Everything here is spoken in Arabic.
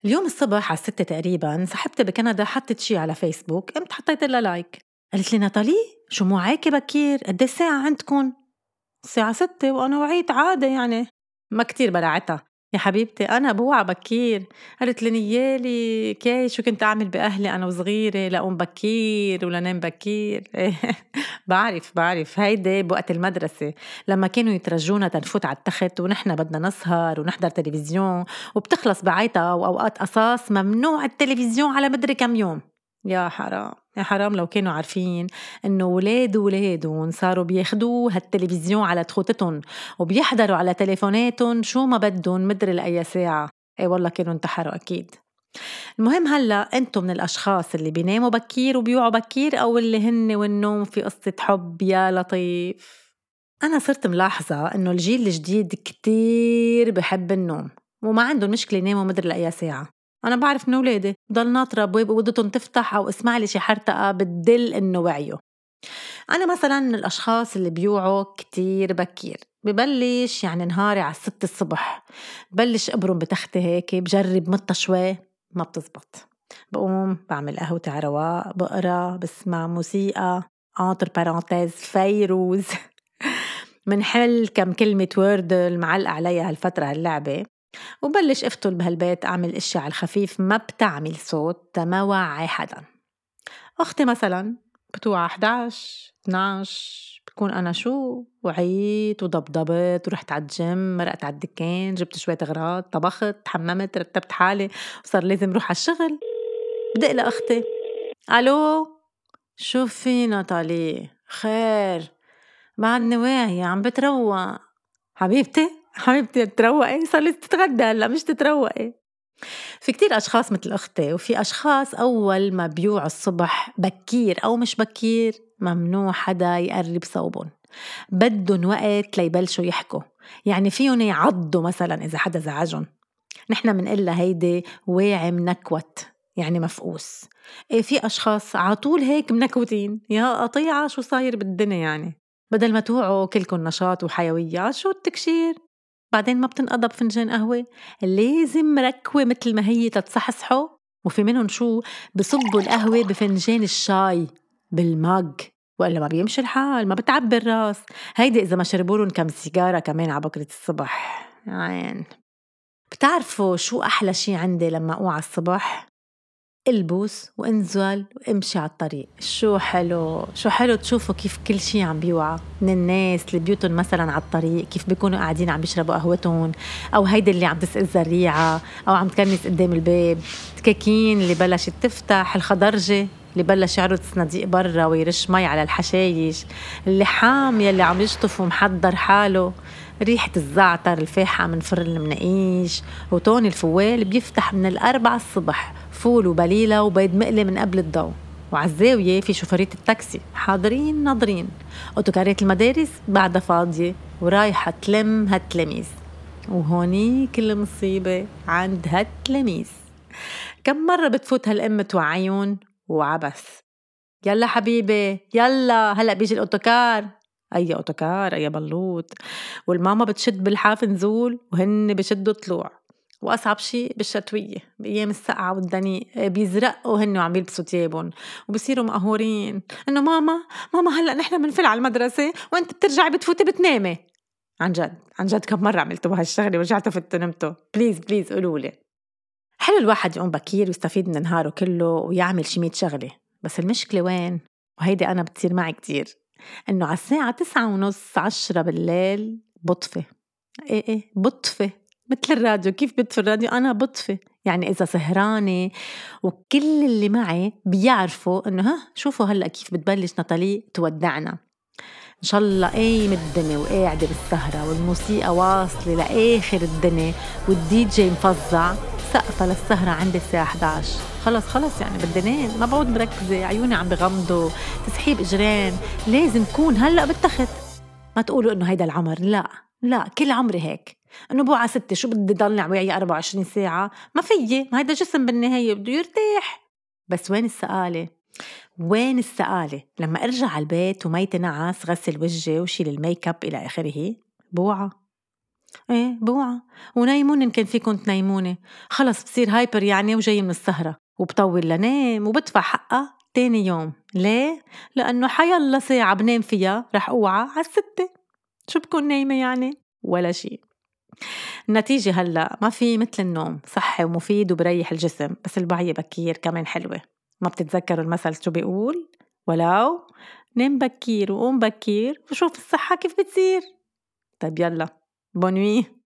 اليوم الصبح على 6 تقريبا صاحبتي بكندا حطت شي على فيسبوك، قمت حطيت لها لايك. قالت لي ناتالي شو موعاكي بكير؟ قد ايه الساعة عندكن؟ الساعة 6 وأنا وعيت عادة يعني. ما كتير بلعتها. يا حبيبتي أنا بوعى بكير. قالت لي نيالي كي شو كنت أعمل بأهلي أنا وصغيرة، لأقوم بكير ولا نام بكير. بعرف هيدي بوقت المدرسة لما كانوا يترجونا تنفوت على التخت ونحن بدنا نسهر ونحضر تلفزيون، وبتخلص بعيتها وأوقات قصاص ممنوع التلفزيون على مدري كم يوم. يا حرام يا حرام لو كانوا عارفين إنه ولادهم صاروا بياخدوا هالتلفزيون على تخوتتهم وبيحضروا على تليفوناتهم شو ما بدهم مدري لأي ساعة. اي والله كانوا انتحروا أكيد. المهم هلأ أنتم من الأشخاص اللي بيناموا بكير وبيوعوا بكير، أو اللي هن والنوم في قصة حب يا لطيف؟ أنا صرت ملاحظة إنه الجيل الجديد كتير بحب النوم وما عندهم مشكلة يناموا مدري لأي ساعة. أنا بعرف من أولادي ضل ناطرة أبواب وودتهم تفتح أو اسمع لي شي حرتقة بتدل إنه وعيوا. أنا مثلا من الأشخاص اللي بيوعوا كتير بكير، ببلش يعني نهاري على 6 الصبح، بلش أبرم بتختي هيك، بجرب مطة شوي ما بتزبط. بقوم بعمل قهوتي على رواق، بقرا، بسمع موسيقى entre parenthèses فيروز. منحل كم كلمة وورد المعلقة عليها هالفترة هاللعبة، وبلش افتل بهالبيت أعمل اشياء على الخفيف ما بتعمل صوت ما وعي حدا. أختي مثلا بتوعى 11 12، بكون أنا شو وعيت وضبضبت ورحت على الجيم، مرقت على الدكان، جبت شوية أغراض، طبخت، حممت، رتبت حالي، وصار لازم روح على الشغل. بدق لأختي: ألو، شو في ناتالي؟ خير؟ بعدني واعية عم بتروق. حبيبتي تروقي؟ صار لي تتغدى هلا مش تتروقي. في كتير أشخاص مثل أختي، وفي أشخاص أول ما بيوعوا الصبح بكير أو مش بكير ممنوع حدا يقرب صوبهم، بدهم وقت ليبلشوا يحكوا، يعني فيهم يعضوا مثلا إذا حدا زعجهم. نحن منقلها هيدي واعي منكوت، يعني مفقوس. إيه في أشخاص عطول هيك منكوتين، يا قطيعة شو صاير بالدنيا يعني؟ بدل ما توعوا كلكم نشاط وحيوية، شو التكشير؟ بعدين ما بتنقضى بفنجان قهوة، لازم ركوة مثل ما هي تتصحصحوا. وفي منهم شو بصبوا القهوة بفنجان الشاي بالماج، وإلا ما بيمشي الحال، ما بتعبي الراس. هيدي إذا ما شربولن كم سيجارة كمان على بكرة الصبح عين. بتعرفوا شو أحلى شي عندي لما أوعى الصبح؟ البس وانزل وامشي على الطريق. شو حلو شو حلو تشوفوا كيف كل شي عم بيوعى من الناس اللي بيوتن مثلا على الطريق، كيف بيكونوا قاعدين عم بيشربوا قهوتهم، أو هيدي اللي عم تسقي الزريعة أو عم تكنس قدام الباب، تكاكين اللي بلشت تفتح، الخضرجة اللي بلش يعرض صناديق برا ويرش مي على الحشايش، اللحام يلي عم يشطف ومحضر حاله، ريحة الزعتر الفاحة من فرن المنقيش، وتوني الفوال بيفتح من 4 الصبح فول وبليلة وبيض مقلي من قبل الضوء، وعالزاوية في شوفرية التاكسي حاضرين ناظرين، أوتوكارات المدارس بعدها فاضية ورايحة تلم هالتلاميذ، وهوني كل مصيبة عند هالتلاميذ. كم مرة بتفوت هالأم توعيون وعبس: يلا حبيبي يلا هلأ بيجي الأوتوكار. أي أوتوكار أي بلوط. والماما بتشد بالحاف نزول وهن بشدوا طلوع. وأصعب شي بالشتوية بأيام السقعة والدنيء بيزرقوا وهن وعم يلبسوا تيابون وبصيروا مقهورين إنه ماما هلأ نحن منفل على المدرسة وأنت بترجعي بتفوتي بتنامي. عن جد كم مرة عملتوا بهالشغلة ورجعتوا فتوا نمتوا؟ بليز قولولي. حلو الواحد يقوم بكير ويستفيد من نهاره كله ويعمل شي 100 شغلة، بس المشكلة وين؟ وهيدي أنا بتصير معي كتير، إنه على الساعة 9:30 10 بالليل بطفي. إيه بطفي مثل الراديو. كيف بطفي الراديو؟ أنا بطفي. يعني إذا سهرانة وكل اللي معي بيعرفوا إنه شوفوا هلأ كيف بتبلش ناتالي تودعنا، إن شاء الله قايم الدنيا وقاعدة بالسهرة والموسيقى واصلة لآخر الدنيا والدي جي مفزع، سقفة للسهرة عندي الساعة 11. خلص يعني بدي نام، ما بعود مركزة، عيوني عم بغمضوا، تسحيب إجرين، لازم كون هلأ بالتخت. ما تقولوا إنه هيدا العمر، لا كل عمري هيك، إنه بوعى 6 شو بدي ضلني عوية 24 ساعة؟ ما فيي، ما هيدا جسم بالنهاية بده يرتاح. بس وين السقالة لما أرجع على البيت وميت نعس غسل وجهي وشيل الميك اب إلى آخره؟ بوعى. ايه بوعى، ونايموني إن كان فيكن تنيموني. خلص بصير هايبر يعني وجاي من السهرة وبطول لنام وبدفع حقها تاني يوم. ليه؟ لأنه حيالله ساعة بنام فيها رح أوعى عالستة. شو بكون نايمة يعني؟ ولا شي. النتيجة هلأ ما في مثل النوم، صحي ومفيد وبريح الجسم، بس الوعي بكير كمان حلوة. ما بتتذكروا المثل شو بيقول؟ ولو نام بكير وقوم بكير وشوف الصحة كيف بتصير. طيب يلا، بونوي.